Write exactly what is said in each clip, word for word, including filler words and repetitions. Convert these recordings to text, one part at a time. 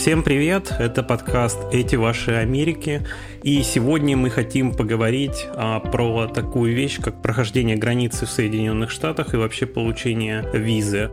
Всем привет, это подкаст «Эти ваши Америки», и сегодня мы хотим поговорить а, про такую вещь, как прохождение границы в Соединенных Штатах и вообще получение визы.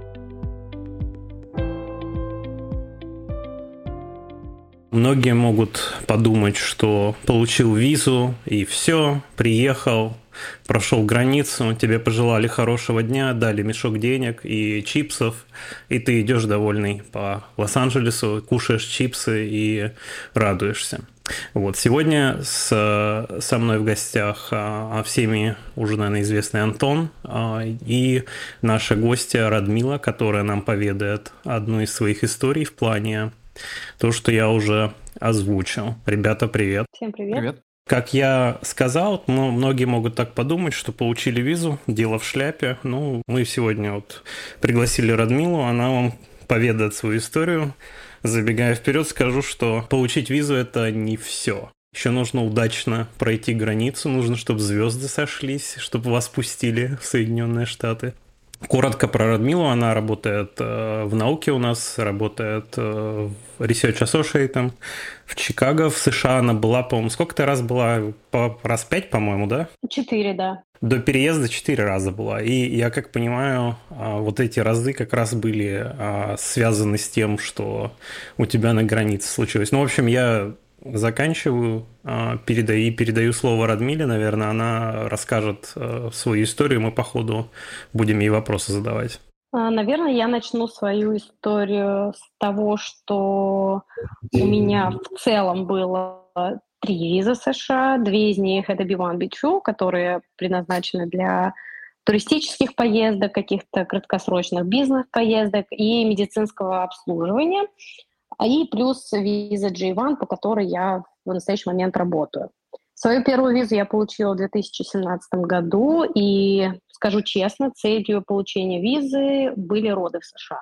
Многие могут подумать, что получил визу и все, приехал, прошел границу, тебе пожелали хорошего дня, дали мешок денег и чипсов, и ты идешь довольный по Лос-Анджелесу, кушаешь чипсы и радуешься. Вот. Сегодня с, со мной в гостях а, всеми уже, наверное, известный Антон а, и наша гостья Радмила, которая нам поведает одну из своих историй в плане то, что я уже озвучил. Ребята, привет. Всем привет. Привет. Как я сказал, ну, многие могут так подумать, что получили визу, дело в шляпе. Ну, мы сегодня вот пригласили Радмилу, она вам поведает свою историю. Забегая вперед, скажу, что получить визу – это не все. Еще нужно удачно пройти границу, нужно, чтобы звезды сошлись, чтобы вас пустили в Соединенные Штаты. Коротко про Радмилу. Она работает э, в науке у нас, работает э, в Research Associate в Чикаго, в США. Она была, по-моему, сколько ты раз была? По, раз пять, по-моему, да? Четыре, да. До переезда четыре раза была. И я, как понимаю, э, вот эти разы как раз были э, связаны с тем, что у тебя на границе случилось. Ну, в общем, я заканчиваю, передаю, и передаю слово Радмиле, наверное, она расскажет свою историю, мы по ходу будем ей вопросы задавать. Наверное, я начну свою историю с того, что у меня в целом было три визы США, две из них это би один, би два, которые предназначены для туристических поездок, каких-то краткосрочных бизнес-поездок и медицинского обслуживания. И плюс виза джей один, по которой я в настоящий момент работаю. Свою первую визу я получила в две тысячи семнадцатом году, и, скажу честно, целью получения визы были роды в США.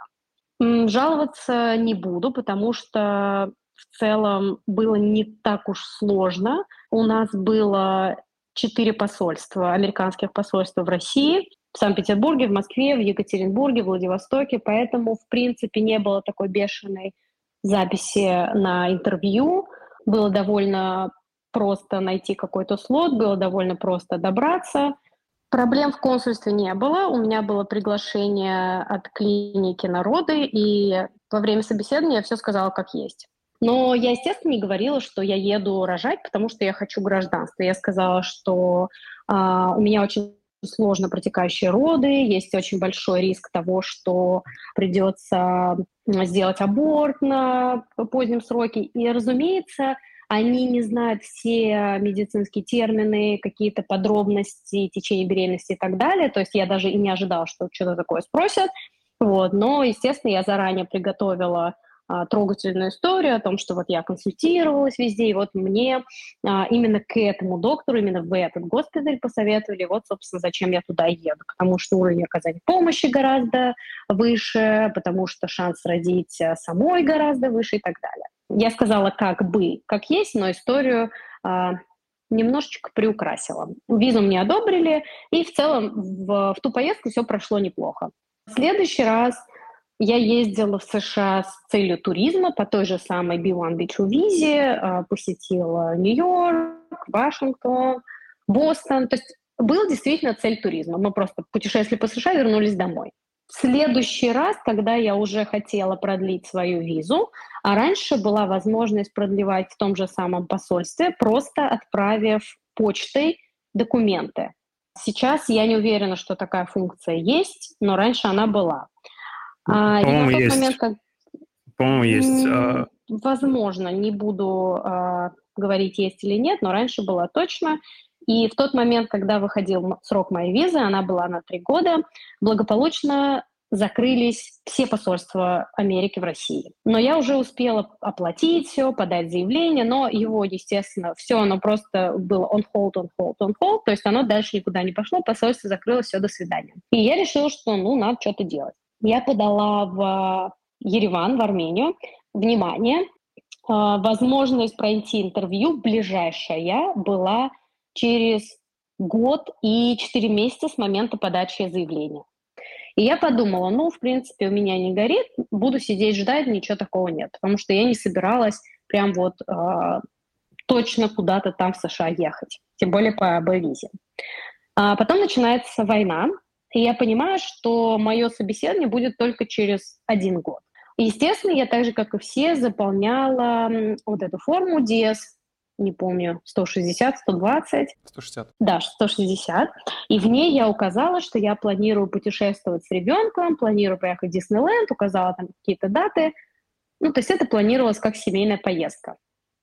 Жаловаться не буду, потому что в целом было не так уж сложно. У нас было четыре посольства, американских посольств в России, в Санкт-Петербурге, в Москве, в Екатеринбурге, в Владивостоке, поэтому, в принципе, не было такой бешеной записи на интервью. Было довольно просто найти какой-то слот, было довольно просто добраться. Проблем в консульстве не было. У меня было приглашение от клиники на роды, и во время собеседования я все сказала как есть. Но я, естественно, не говорила, что я еду рожать, потому что я хочу гражданство. Я сказала, что а, у меня очень сложно протекающие роды, есть очень большой риск того, что придется сделать аборт на позднем сроке. И, разумеется, они не знают все медицинские термины, какие-то подробности течения беременности и так далее. То есть я даже и не ожидала, что что-то такое спросят. Вот. Но, естественно, я заранее приготовила а, трогательную историю о том, что вот я консультировалась везде, и вот мне а, именно к этому доктору, именно в этот госпиталь посоветовали, вот, собственно, зачем я туда еду, потому что уровень оказания помощи гораздо выше, потому что шанс родить самой гораздо выше и так далее. Я сказала как бы, как есть, но историю а, немножечко приукрасила. Визу мне одобрили, и в целом в, в ту поездку все прошло неплохо. В следующий раз я ездила в США с целью туризма по той же самой би один, би два визе, посетила Нью-Йорк, Вашингтон, Бостон. То есть была действительно цель туризма. Мы просто путешествовали по США и вернулись домой. В следующий раз, когда я уже хотела продлить свою визу, а раньше была возможность продлевать в том же самом посольстве, просто отправив почтой документы. Сейчас я не уверена, что такая функция есть, но раньше она была. По-моему, и на тот есть. Момент, как... По-моему, есть. Возможно, не буду а, говорить, есть или нет, но раньше была точно. И в тот момент, когда выходил срок моей визы, она была на три года, благополучно закрылись все посольства Америки в России. Но я уже успела оплатить все, подать заявление, но его, естественно, все оно просто было on hold, on hold, on hold, то есть оно дальше никуда не пошло, посольство закрылось, все, до свидания. И я решила, что, ну, надо что-то делать. Я подала в Ереван, в Армению. Внимание, возможность пройти интервью ближайшая была через год и четыре месяца с момента подачи заявления. И я подумала, ну, в принципе, у меня не горит, буду сидеть ждать, ничего такого нет, потому что я не собиралась прям вот э, точно куда-то там в США ехать, тем более по Б-визе. А потом начинается война, и я понимаю, что мое собеседование будет только через один год. Естественно, я так же, как и все, заполняла вот эту форму ди эс, не помню, сто шестьдесят, сто двадцать. сто шестьдесят. Да, сто шестьдесят. И в ней я указала, что я планирую путешествовать с ребенком, планирую поехать в Диснейленд, указала там какие-то даты. Ну, то есть это планировалось как семейная поездка.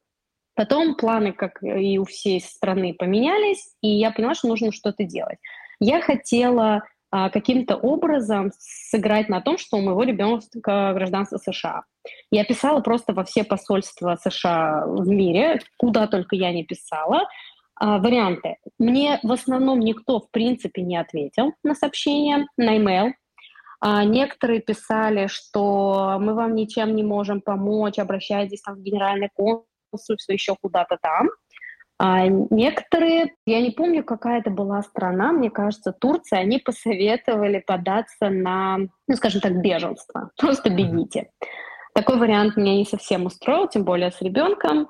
Потом планы, как и у всей страны, поменялись, и я поняла, что нужно что-то делать. Я хотела а, каким-то образом сыграть на том, что у моего ребенка гражданство США. Я писала просто во все посольства США в мире, куда только я не писала, а, варианты. Мне в основном никто, в принципе, не ответил на сообщения, на имейл. А, некоторые писали, что мы вам ничем не можем помочь, обращайтесь там в генеральный консульство, еще куда-то там. А некоторые, я не помню, какая это была страна, мне кажется, Турция, они посоветовали податься на, ну, скажем так, беженство. Просто бегите. Такой вариант меня не совсем устроил, тем более с ребенком.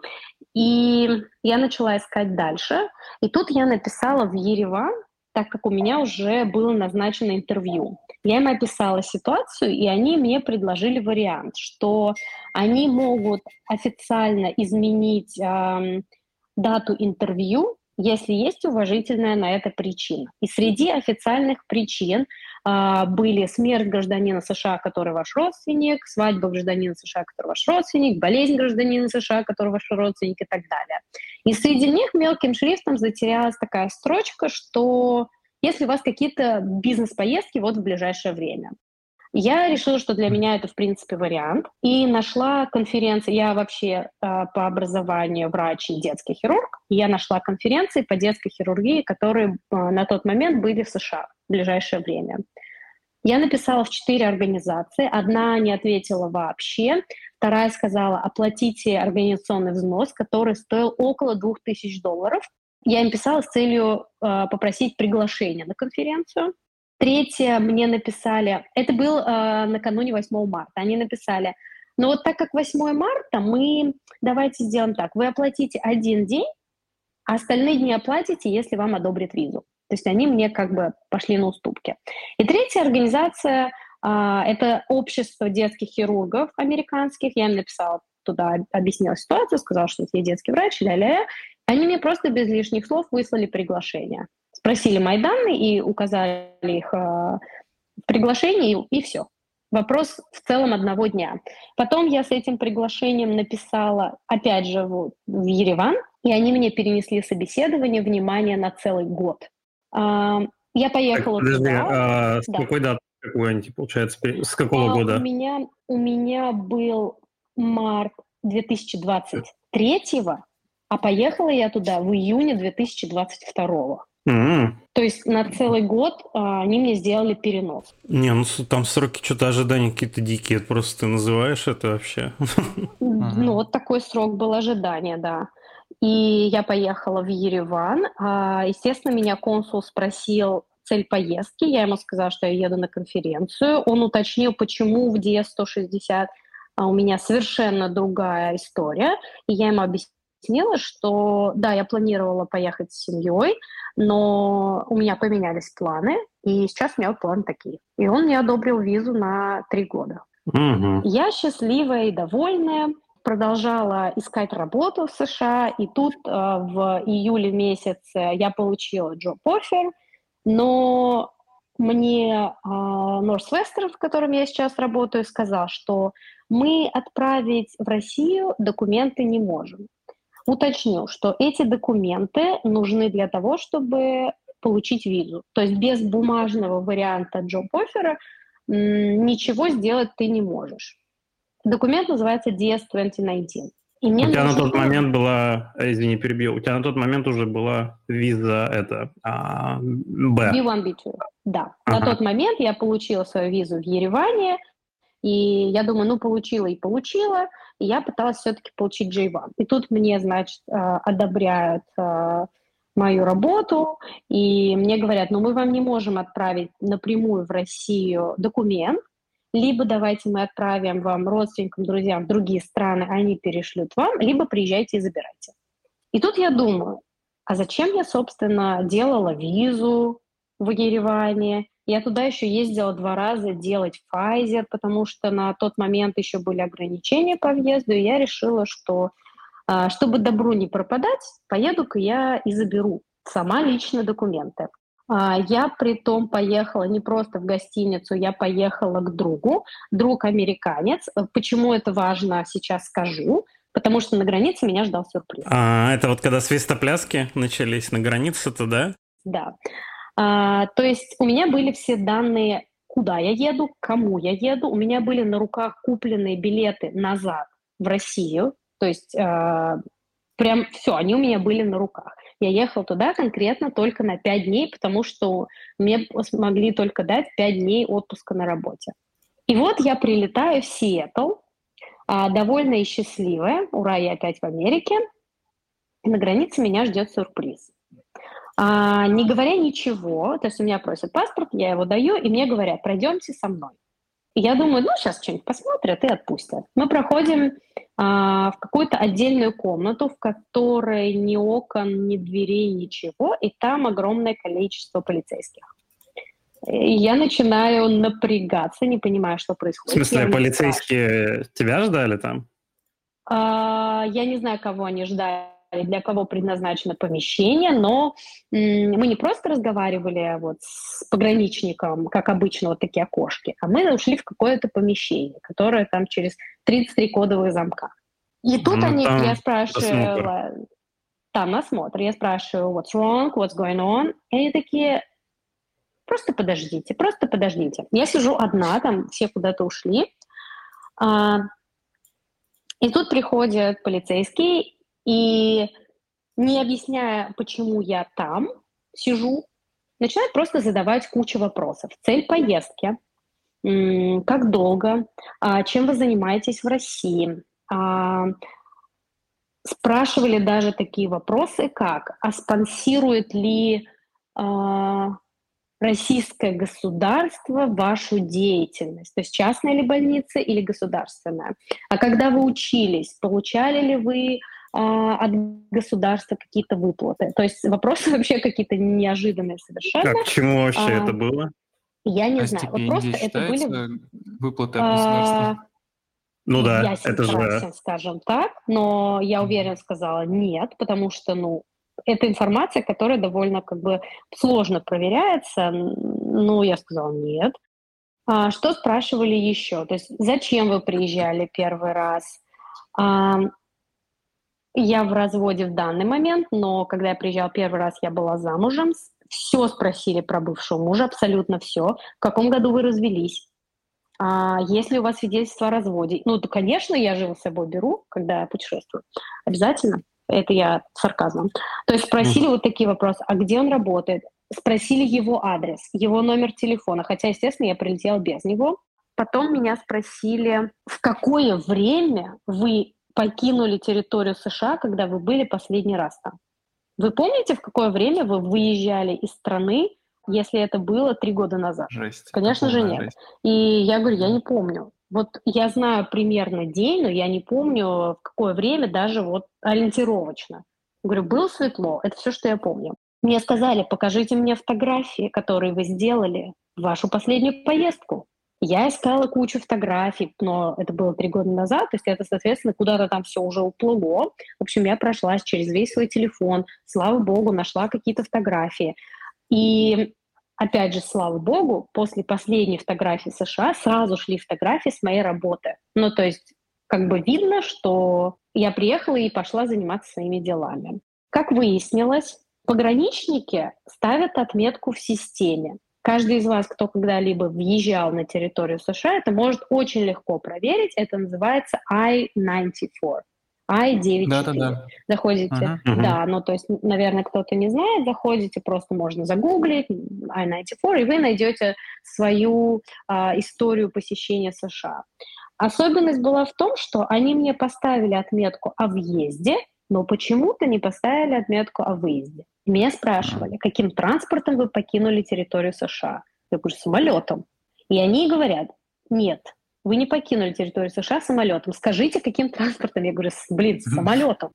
И я начала искать дальше. И тут я написала в Ереван, так как у меня уже было назначено интервью. Я им описала ситуацию, и они мне предложили вариант, что они могут официально изменить э, дату интервью, если есть уважительная на это причина. И среди официальных причин э, были смерть гражданина США, который ваш родственник, свадьба гражданина США, который ваш родственник, болезнь гражданина США, который ваш родственник и так далее. И среди них мелким шрифтом затерялась такая строчка, что если у вас какие-то бизнес-поездки вот в ближайшее время. Я решила, что для меня это, в принципе, вариант. И нашла конференции. Я вообще э, по образованию врач и детский хирург. И я нашла конференции по детской хирургии, которые э, на тот момент были в США в ближайшее время. Я написала в четыре организации. Одна не ответила вообще. Вторая сказала, оплатите организационный взнос, который стоил около двух тысяч долларов. Я им писала с целью э, попросить приглашение на конференцию. Третье, мне написали, это был э, накануне восьмого марта, они написали, ну вот так как восьмое марта, мы давайте сделаем так, вы оплатите один день, а остальные дни оплатите, если вам одобрят визу. То есть они мне как бы пошли на уступки. И третья организация, э, это общество детских хирургов американских, я им написала туда, объяснила ситуацию, сказала, что я детский врач, ля-ля-ля. Они мне просто без лишних слов выслали приглашение. Спросили мои данные и указали их э, в приглашении, и, и все. Вопрос в целом одного дня. Потом я с этим приглашением написала, опять же, в, в Ереван, и они мне перенесли собеседование, внимание, на целый год. А, я поехала так, подожди, туда. А, с да. какой даты, какой, получается, с какого а, года? У меня, у меня был март две тысячи двадцать третьего, а поехала я туда в июне две тысячи двадцать второго. Mm-hmm. То есть на целый год а, они мне сделали перенос. Не, ну там сроки что-то ожидания какие-то дикие, просто ты называешь это вообще. Ну вот такой срок был ожидания, да. И я поехала в Ереван. А, естественно, меня консул спросил цель поездки. Я ему сказала, что я еду на конференцию. Он уточнил, почему в ди эс сто шестьдесят а у меня совершенно другая история. И я ему объяснила, что да, я планировала поехать с семьей, но у меня поменялись планы, и сейчас у меня вот планы такие. И он мне одобрил визу на три года. Угу. Я счастливая и довольная. Продолжала искать работу в США, и тут э, в июле месяце я получила job-offer, но мне э, Northwestern, в котором я сейчас работаю, сказал, что мы отправить в Россию документы не можем. Уточнил, что эти документы нужны для того, чтобы получить визу. То есть без бумажного варианта job-offer м, ничего сделать ты не можешь. Документ называется ди эс двадцать девятнадцать. И мне у тебя нужно... на тот момент была, извини, перебью, у тебя на тот момент уже была виза это а, Б. би один, би два, да. Ага. На тот момент я получила свою визу в Ереване, и я думаю, ну, получила и получила, и я пыталась все-таки получить джей один. И тут мне, значит, одобряют мою работу, и мне говорят: ну, мы вам не можем отправить напрямую в Россию документ, либо давайте мы отправим вам, родственникам, друзьям в другие страны, они перешлют вам, либо приезжайте и забирайте. И тут я думаю, а зачем я, собственно, делала визу в Ереване? Я туда еще ездила два раза делать Pfizer, потому что на тот момент еще были ограничения по въезду, и я решила, что а, чтобы добру не пропадать, поеду-ка я и заберу сама лично документы. А, Я при том поехала не просто в гостиницу, я поехала к другу. Друг американец. Э, Почему это важно, сейчас скажу. Потому что на границе меня ждал сюрприз. А это вот когда свистопляски начались на границе-то, да? Да. А, то есть у меня были все данные, куда я еду, к кому я еду. У меня были на руках купленные билеты назад в Россию. То есть а, прям все, они у меня были на руках. Я ехала туда конкретно только на пять дней, потому что мне смогли только дать пять дней отпуска на работе. И вот я прилетаю в Сиэтл, а, довольная и счастливая. Ура, я опять в Америке. На границе меня ждет сюрприз. А, не говоря ничего, то есть у меня просят паспорт, я его даю, и мне говорят: пройдемте со мной. И я думаю, ну, сейчас что-нибудь посмотрят и отпустят. Мы проходим а, в какую-то отдельную комнату, в которой ни окон, ни дверей, ничего, и там огромное количество полицейских. И я начинаю напрягаться, не понимая, что В происходит. смысле, Я у них спрашиваю. полицейские тебя ждали там? А, Я не знаю, кого они ждали, для кого предназначено помещение, но м, мы не просто разговаривали вот с пограничником, как обычно, вот такие окошки, а мы ушли в какое-то помещение, которое там через тридцать три кодовых замка. И тут Ну, они, я там досмотр. спрашивала, там осмотр, я спрашиваю, what's wrong, what's going on, и они такие: просто подождите, просто подождите. Я сижу одна, там все куда-то ушли, а, и тут приходит полицейский и, не объясняя, почему я там сижу, начинает просто задавать кучу вопросов. Цель поездки, м, как долго, а, чем вы занимаетесь в России. А, Спрашивали даже такие вопросы, как: а спонсирует ли а, российское государство вашу деятельность? То есть частная ли больница или государственная? А когда вы учились, получали ли вы а, от государства какие-то выплаты? То есть вопросы вообще какие-то неожиданные А совершенно. к чему вообще А, это было? Я не А знаю. Вот стипендия просто это были... считается выплатой от а, государства? Ну да, Ясен это же... красен, скажем так, но я уверенно сказала нет, потому что, ну, это информация, которая довольно как бы сложно проверяется. Н- Ну, я сказала нет. А, что спрашивали еще? То есть зачем вы приезжали первый раз? А, я в разводе в данный момент, но когда я приезжала первый раз, я была замужем. Все спросили про бывшего мужа, абсолютно все. В каком году вы развелись? А, есть ли у вас свидетельство о разводе? Ну, то, конечно, я же его с собой беру, когда я путешествую. Обязательно. Это я сарказмом. То есть спросили вот такие вопросы. А где он работает? Спросили его адрес, его номер телефона. Хотя, естественно, я прилетела без него. Потом меня спросили, в какое время вы покинули территорию США, когда вы были последний раз там. Вы помните, в какое время вы выезжали из страны, если это было три года назад? Жесть. Это Конечно же, полная нет. жесть. И я говорю, я не помню. Вот я знаю примерно день, но я не помню, в какое время, даже вот ориентировочно. Говорю, было светло, это все, что я помню. Мне сказали, покажите мне фотографии, которые вы сделали в вашу последнюю поездку. Я искала кучу фотографий, но это было три года назад, то есть это, соответственно, куда-то там все уже уплыло. В общем, я прошлась через весь свой телефон, слава богу, нашла какие-то фотографии. И опять же, слава богу, после последней фотографии США сразу шли фотографии с моей работы. Ну, то есть как бы видно, что я приехала и пошла заниматься своими делами. Как выяснилось, пограничники ставят отметку в системе. Каждый из вас, кто когда-либо въезжал на территорию США, это может очень легко проверить. Это называется ай девяносто четыре. ай девяносто четыре. Да-да-да. Заходите, Мгм. да, ну то есть, наверное, кто-то не знает, заходите, просто можно загуглить ай девяносто четыре, и вы найдете свою а, историю посещения США. Особенность была в том, что они мне поставили отметку о въезде, но почему-то не поставили отметку о выезде. Меня спрашивали, каким транспортом вы покинули территорию США? Я говорю, самолетом. И они говорят, нет, вы не покинули территорию США самолетом. Скажите, каким транспортом? Я говорю, блин, самолетом.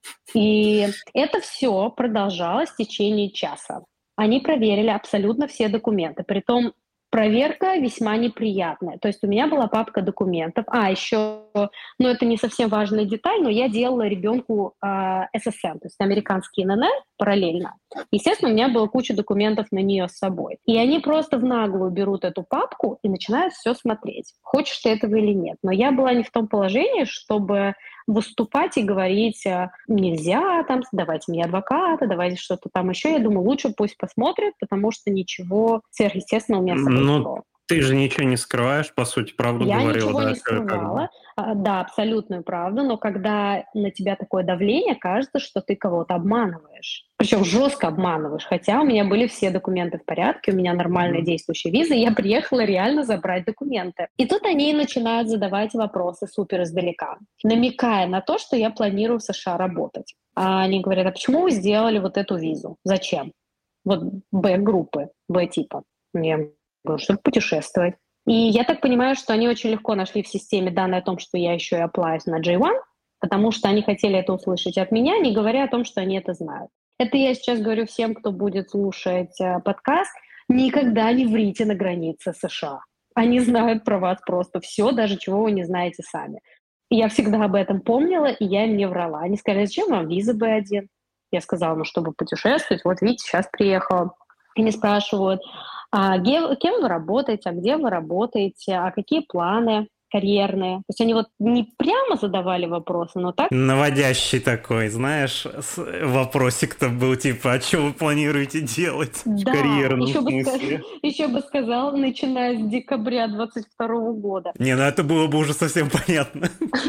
И это все продолжалось в течение часа. Они проверили абсолютно все документы. Притом проверка весьма неприятная. То есть у меня была папка документов. А, еще, ну это не совсем важная деталь, но я делала ребенку э, эс эс эм, то есть американский эн эн эр параллельно. Естественно, у меня была куча документов на нее с собой. И они просто в наглую берут эту папку и начинают все смотреть. Хочешь ты этого или нет. Но я была не в том положении, чтобы выступать и говорить, нельзя, там, давайте мне адвоката, давайте что-то там еще. Я думаю, лучше пусть посмотрят, потому что ничего сверхъестественного у меня с собой не было. Ты же ничего не скрываешь, по сути, правду я говорила. Я ничего да, не скрывала, как... да, абсолютную правду, но когда на тебя такое давление, кажется, что ты кого-то обманываешь. Причем жестко обманываешь, хотя у меня были все документы в порядке, у меня нормальная mm-hmm. действующая виза, и я приехала реально забрать документы. И тут они начинают задавать вопросы супер издалека, намекая на то, что я планирую в США работать. А они говорят, а почему вы сделали вот эту визу? Зачем? Вот Б-группы, Б-типа. Я говорю, чтобы путешествовать. И я так понимаю, что они очень легко нашли в системе данные о том, что я еще и оплаюсь на джей один, потому что они хотели это услышать от меня, не говоря о том, что они это знают. Это я сейчас говорю всем, кто будет слушать э, подкаст, никогда не врите на границе США. Они знают про вас просто все, даже чего вы не знаете сами. И я всегда об этом помнила, и я им не врала. Они сказали, зачем вам виза бэ один? Я сказала, ну, чтобы путешествовать. Вот видите, сейчас приехала. Они спрашивают, а где, кем вы работаете, а где вы работаете, а какие планы карьерные. То есть они вот не прямо задавали вопросы, но так... Наводящий такой, знаешь, вопросик-то был типа, а что вы планируете делать да, в карьерном еще смысле? Бы, еще бы сказал, начиная с декабря двадцать второго года. Не, ну это было бы уже совсем понятно.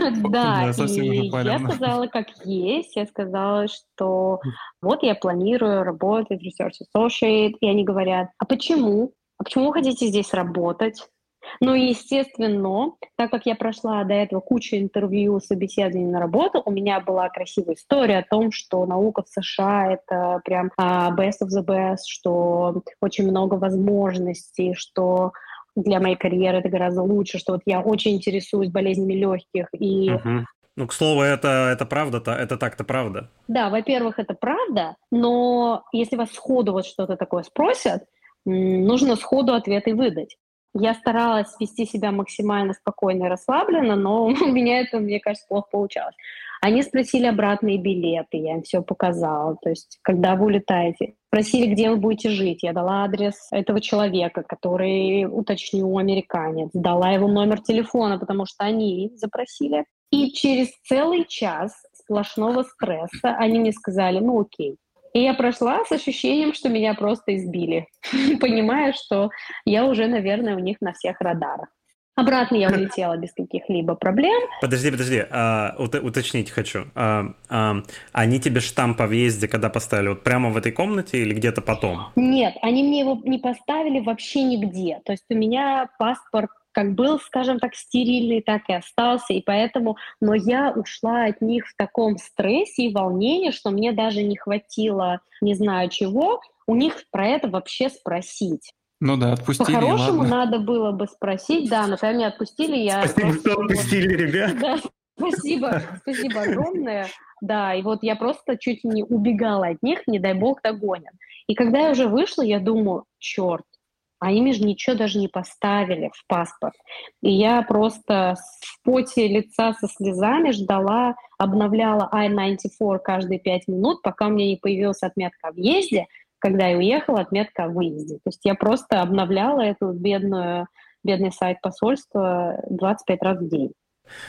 Да, и я сказала, как есть. Я сказала, что вот я планирую работать в Research Associate, и они говорят, а почему? А почему вы хотите здесь работать? Ну и, естественно, так как я прошла до этого кучу интервью, собеседований на работу, у меня была красивая история о том, что наука в США — это прям uh, best of the best, что очень много возможностей, что для моей карьеры это гораздо лучше, что вот я очень интересуюсь болезнями легких. И... Uh-huh. Ну, к слову, это, это правда-то, это так-то правда. Да, во-первых, это правда, но если вас сходу вот что-то такое спросят, нужно сходу ответ и выдать. Я старалась вести себя максимально спокойно и расслабленно, но у меня это, мне кажется, плохо получалось. Они спросили обратные билеты, я им все показала. То есть, когда вы улетаете, спросили, где вы будете жить. Я дала адрес этого человека, который, уточню, американец. Дала его номер телефона, потому что они запросили. И через целый час сплошного стресса они мне сказали, ну окей. И я прошла с ощущением, что меня просто избили, понимая, что я уже, наверное, у них на всех радарах. Обратно я улетела без каких-либо проблем. Подожди, подожди, а, уточнить хочу. А, а, они тебе штамп о въезде когда поставили? Вот прямо в этой комнате или где-то потом? Нет, они мне его не поставили вообще нигде. То есть у меня паспорт как был, скажем так, стерильный, так и остался, и поэтому, но я ушла от них в таком стрессе и волнении, что мне даже не хватило, не знаю чего, у них про это вообще спросить. Ну да, отпустили. По-хорошему надо было бы спросить, да, но когда меня отпустили, я... Спасибо, просто... что отпустили, ребят. Да, спасибо, спасибо огромное. Да, и вот я просто чуть не убегала от них, не дай бог догонят. И когда я уже вышла, я думаю, черт, а им же ничего даже не поставили в паспорт. И я просто в поте лица со слезами ждала, обновляла ай девяносто четыре каждые пять минут, пока у меня не появилась отметка о въезде, когда я уехала, отметка о выезде. То есть я просто обновляла эту бедную, бедный сайт посольства двадцать пять раз в день.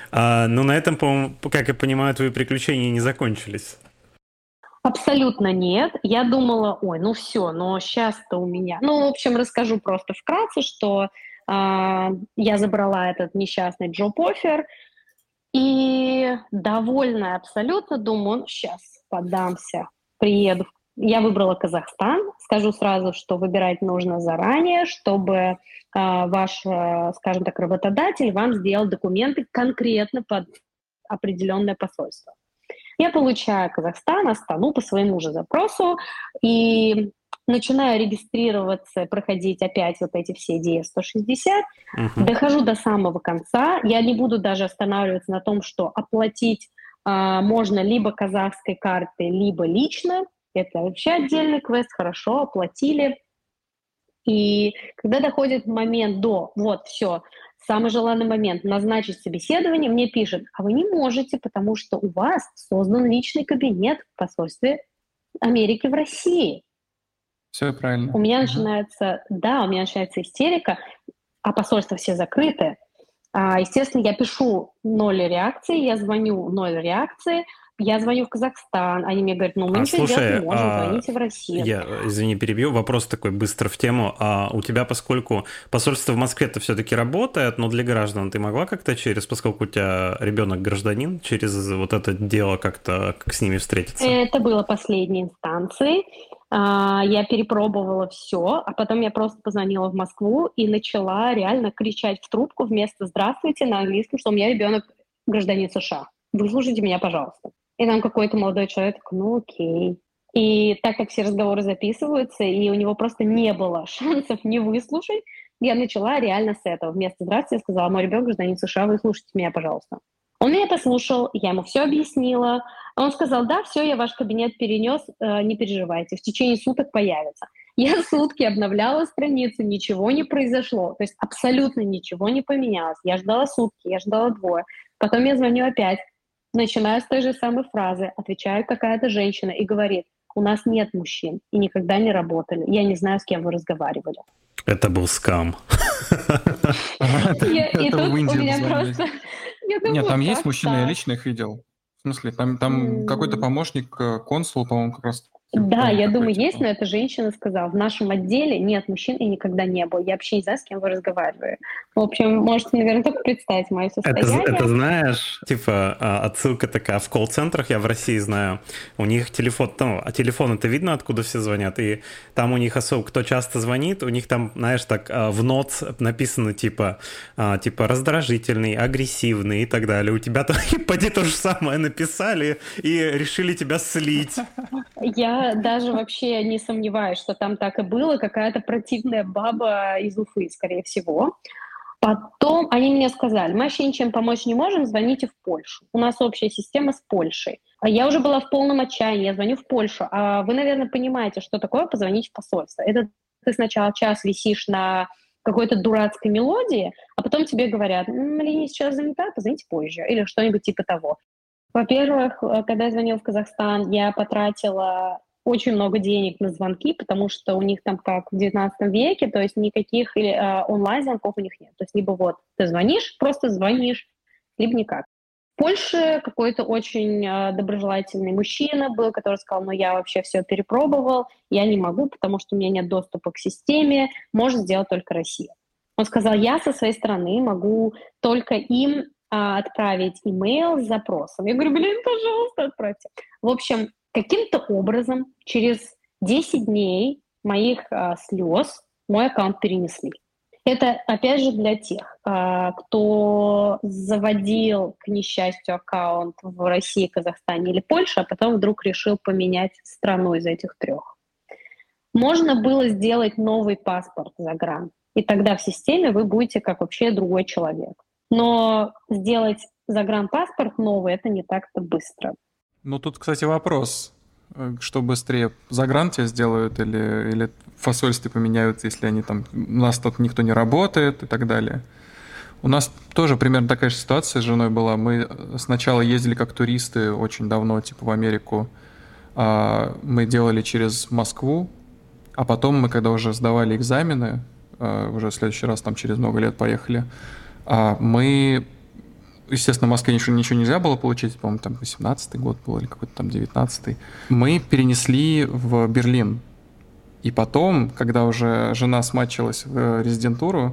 А, ну, на этом, по-моему, как я понимаю, твои приключения не закончились. Абсолютно нет. Я думала, ой, ну все, но сейчас-то у меня... Ну, в общем, расскажу просто вкратце, что э, я забрала этот несчастный джоб-оффер, и довольная абсолютно, думаю, ну сейчас поддамся, приеду. Я выбрала Казахстан. Скажу сразу, что выбирать нужно заранее, чтобы э, ваш, э, скажем так, работодатель вам сделал документы конкретно под определенное посольство. Я получаю Казахстан, Астану по своему же запросу и начинаю регистрироваться, проходить опять вот эти все ди эс сто шестьдесят, Мгм. дохожу до самого конца. Я не буду даже останавливаться на том, что оплатить а, можно либо казахской картой, либо лично. Это вообще отдельный квест, хорошо, оплатили. И когда доходит момент до, вот, все, самый желанный момент, назначить собеседование, мне пишут, а вы не можете, потому что у вас создан личный кабинет в посольстве Америки в России. Все правильно. У меня Мгм. начинается, да, у меня начинается истерика, а посольства все закрыты. А, естественно, я пишу ноль реакции, я звоню ноль реакции, я звоню в Казахстан, они мне говорят, ну мы А ничего сделать не слушай, можем, а, звоните в Россию. я, извини, перебью, вопрос такой быстро в тему. А у тебя, поскольку посольство в Москве-то все-таки работает, но для граждан ты могла как-то через, поскольку у тебя ребенок гражданин, через вот это дело как-то как с ними встретиться? Это было последней инстанцией. А, Я перепробовала все, а потом я просто позвонила в Москву и начала реально кричать в трубку вместо «здравствуйте» на английском, что у меня ребенок гражданин США. Выслушайте меня, пожалуйста. И там какой-то молодой человек такой, ну окей. И так как все разговоры записываются, и у него просто не было шансов не выслушать, я начала реально с этого. Вместо «здравствуйте» я сказала, мой ребенок гражданин США, выслушайте меня, пожалуйста. Он меня послушал, я ему все объяснила. Он сказал, да, все, я ваш кабинет перенес, э, не переживайте, в течение суток появится. Я сутки обновляла страницу, ничего не произошло, то есть абсолютно ничего не поменялось. Я ждала сутки, я ждала двое. Потом я звоню опять, начинаю с той же самой фразы, отвечает какая-то женщина и говорит, у нас нет мужчин и никогда не работали, я не знаю, с кем вы разговаривали. Это был скам. Я- И Это тут в у Индию меня позвонили. просто... Я Нет, думаю, там есть как мужчины, я так? лично их видел. В смысле, там, там какой-то М. помощник э, консула, по-моему, как раз. Да, по-моему, я такой, думаю, типа. есть, но эта женщина сказала, в нашем отделе нет мужчин и никогда не было. Я вообще не знаю, с кем вы разговариваете. В общем, можете, наверное, только представить мое Это, состояние. это знаешь, типа а, отсылка такая, в колл-центрах я в России знаю, у них телефон, ну, а телефон это видно, откуда все звонят, и там у них особо, кто часто звонит, у них там, знаешь, так а, в нотс написано типа, а, типа раздражительный, агрессивный и так далее. У тебя там поди то же самое написали и решили тебя слить. Я даже вообще не сомневаюсь, что там так и было. Какая-то противная баба из Уфы, скорее всего. Потом они мне сказали, мы вообще ничем помочь не можем, звоните в Польшу. У нас общая система с Польшей. А я уже была в полном отчаянии, я звоню в Польшу. А вы, наверное, понимаете, что такое позвонить в посольство. Это ты сначала час висишь на какой-то дурацкой мелодии, а потом тебе говорят, «М, линия сейчас занята, позвоните позже, или что-нибудь типа того. Во-первых, э, когда я звонила в Казахстан, я потратила очень много денег на звонки, потому что у них там как в девятнадцатом веке, то есть никаких э, онлайн-звонков у них нет. То есть либо вот ты звонишь, просто звонишь, либо никак. В Польше какой-то очень э, доброжелательный мужчина был, который сказал, ну я вообще все перепробовал, я не могу, потому что у меня нет доступа к системе, может сделать только Россия. Он сказал, я со своей стороны могу только им а, отправить имейл с запросом. Я говорю, блин, пожалуйста, отправьте. В общем, каким-то образом через десять дней моих а, слез мой аккаунт перенесли. Это, опять же, для тех, а, кто заводил, к несчастью, аккаунт в России, Казахстане или Польше, а потом вдруг решил поменять страну из этих трех. Можно было сделать новый паспорт загран, и тогда в системе вы будете как вообще другой человек. Но сделать загранпаспорт новый — это не так-то быстро. Ну, тут, кстати, вопрос. э, Что быстрее, загран тебе сделают или, или в посольстве поменяют, если они там... У нас тут никто не работает и так далее. У нас тоже примерно такая же ситуация с женой была. Мы сначала ездили как туристы очень давно, типа в Америку. А, Мы делали через Москву, а потом мы, когда уже сдавали экзамены, а, уже в следующий раз там через много лет поехали, а, мы... Естественно, в Москве ничего, ничего нельзя было получить, по-моему, там восемнадцатый год был или какой-то там девятнадцатый. Мы перенесли в Берлин. И потом, когда уже жена сматчилась в резидентуру,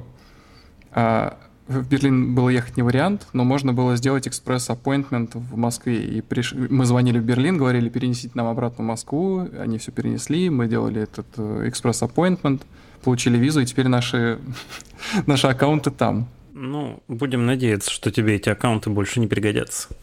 а, в Берлин было ехать не вариант, но можно было сделать экспресс-аппоинтмент в Москве. И приш... мы звонили в Берлин, говорили, перенесите нам обратно в Москву. Они все перенесли, мы делали этот э, экспресс-аппоинтмент, получили визу, и теперь наши, наши аккаунты там. Ну, будем надеяться, что тебе эти аккаунты больше не пригодятся.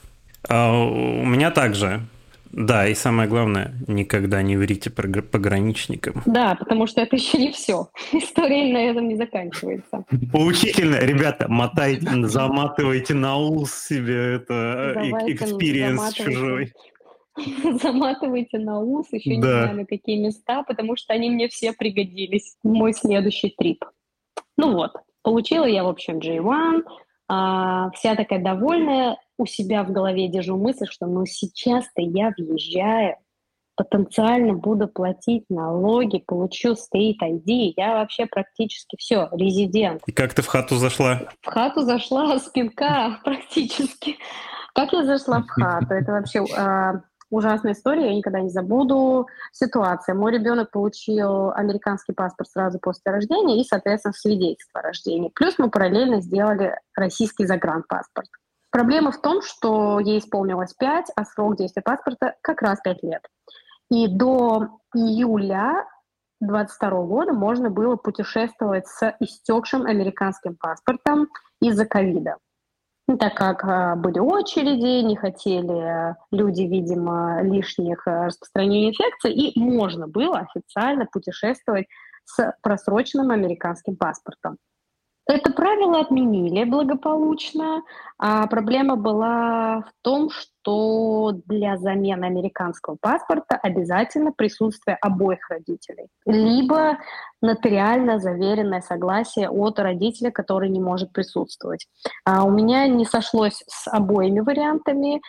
А у меня также. Да, и самое главное, никогда не врите пограничникам. Да, потому что это еще не все. История на этом не заканчивается. Поучительно. Ребята, мотайте, заматывайте на ус себе это экспириенс чужой. Заматывайте на ус, еще Да. не знаю на какие места, потому что они мне все пригодились в мой следующий трип. Ну вот, получила я, в общем, джей один, а, вся такая довольная, у себя в голове держу мысль, что ну сейчас-то я въезжаю, потенциально буду платить налоги, получу State ай ди, я вообще практически все, резидент. И как ты в хату зашла? В хату зашла с пинка практически. Как я зашла в хату? Это вообще э, ужасная история, я никогда не забуду. Ситуация. Мой ребенок получил американский паспорт сразу после рождения и, соответственно, свидетельство о рождении. Плюс мы параллельно сделали российский загранпаспорт. Проблема в том, что ей исполнилось пять, а срок действия паспорта как раз пять лет. И до июля двадцать второго года можно было путешествовать с истекшим американским паспортом из-за ковида. Так как а, были очереди, не хотели люди, видимо, лишних а, распространения инфекции, и можно было официально путешествовать с просроченным американским паспортом. Это правило отменили благополучно, а проблема была в том, что для замены американского паспорта обязательно присутствие обоих родителей, либо нотариально заверенное согласие от родителя, который не может присутствовать. А у меня не сошлось с обоими вариантами,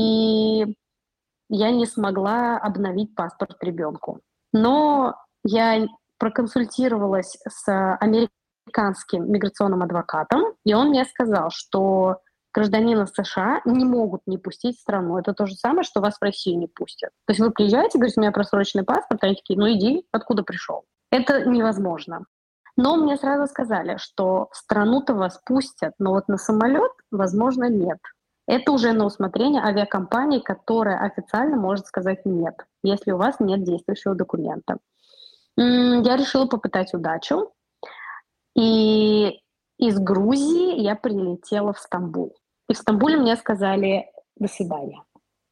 и я не смогла обновить паспорт ребенку. Но я проконсультировалась с американским американским миграционным адвокатом, и он мне сказал, что гражданина США не могут не пустить в страну. Это то же самое, что вас в Россию не пустят. То есть вы приезжаете, говорите, у меня просроченный паспорт, а они такие, ну иди, откуда пришел. Это невозможно. Но мне сразу сказали, что в страну-то вас пустят, но вот на самолет, возможно, нет. Это уже на усмотрение авиакомпании, которая официально может сказать нет, если у вас нет действующего документа. Я решила попытать удачу. И из Грузии я прилетела в Стамбул. И в Стамбуле мне сказали «до свидания».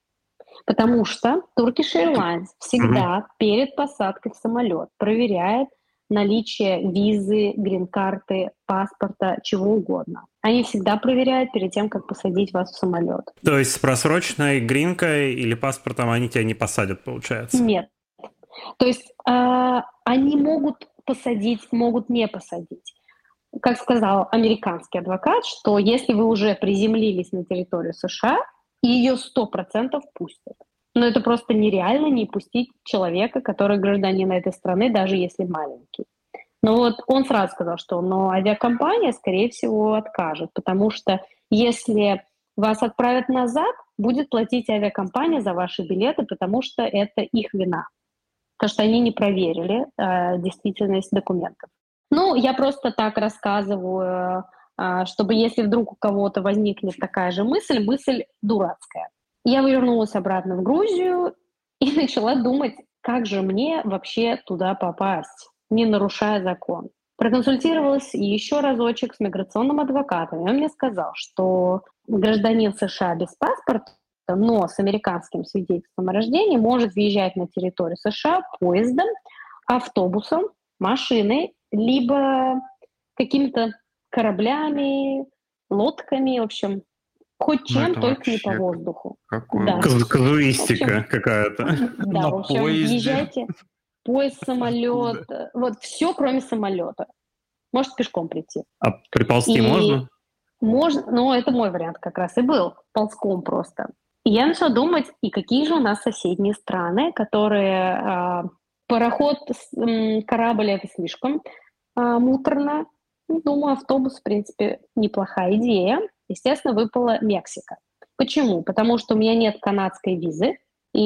Потому что Turkish Airlines всегда mm-hmm. перед посадкой в самолет проверяет наличие визы, грин-карты, паспорта, чего угодно. Они всегда проверяют перед тем, как посадить вас в самолет. То есть с просроченной гринкой или паспортом они тебя не посадят, получается? Нет. То есть э, они могут посадить, могут не посадить. Как сказал американский адвокат, что если вы уже приземлились на территорию США, ее сто процентов пустят. Но это просто нереально не пустить человека, который гражданин этой страны, даже если маленький. Но вот он сразу сказал, что но авиакомпания, скорее всего, откажет, потому что если вас отправят назад, будет платить авиакомпания за ваши билеты, потому что это их вина. Потому что они не проверили э, действительность документов. Ну, я просто так рассказываю, э, чтобы если вдруг у кого-то возникнет такая же мысль, мысль дурацкая. Я вернулась обратно в Грузию и начала думать, как же мне вообще туда попасть, не нарушая закон. Проконсультировалась еще разочек с миграционным адвокатом, и он мне сказал, что гражданин США без паспорта, но с американским свидетельством о рождении может въезжать на территорию США поездом, автобусом, машиной, либо какими-то кораблями, лодками, в общем, хоть чем, ну, только не по воздуху. Да. Казуистика какая-то. Да, в общем, въезжайте, поезд, самолет, вот все, кроме самолета. Может пешком прийти. А приползти можно? Можно, но это мой вариант как раз и был, ползком просто. И я начала думать, и какие же у нас соседние страны, которые э, пароход, э, корабль — это слишком э, муторно. Думаю, автобус, в принципе, неплохая идея. Естественно, выпала Мексика. Почему? Потому что у меня нет канадской визы,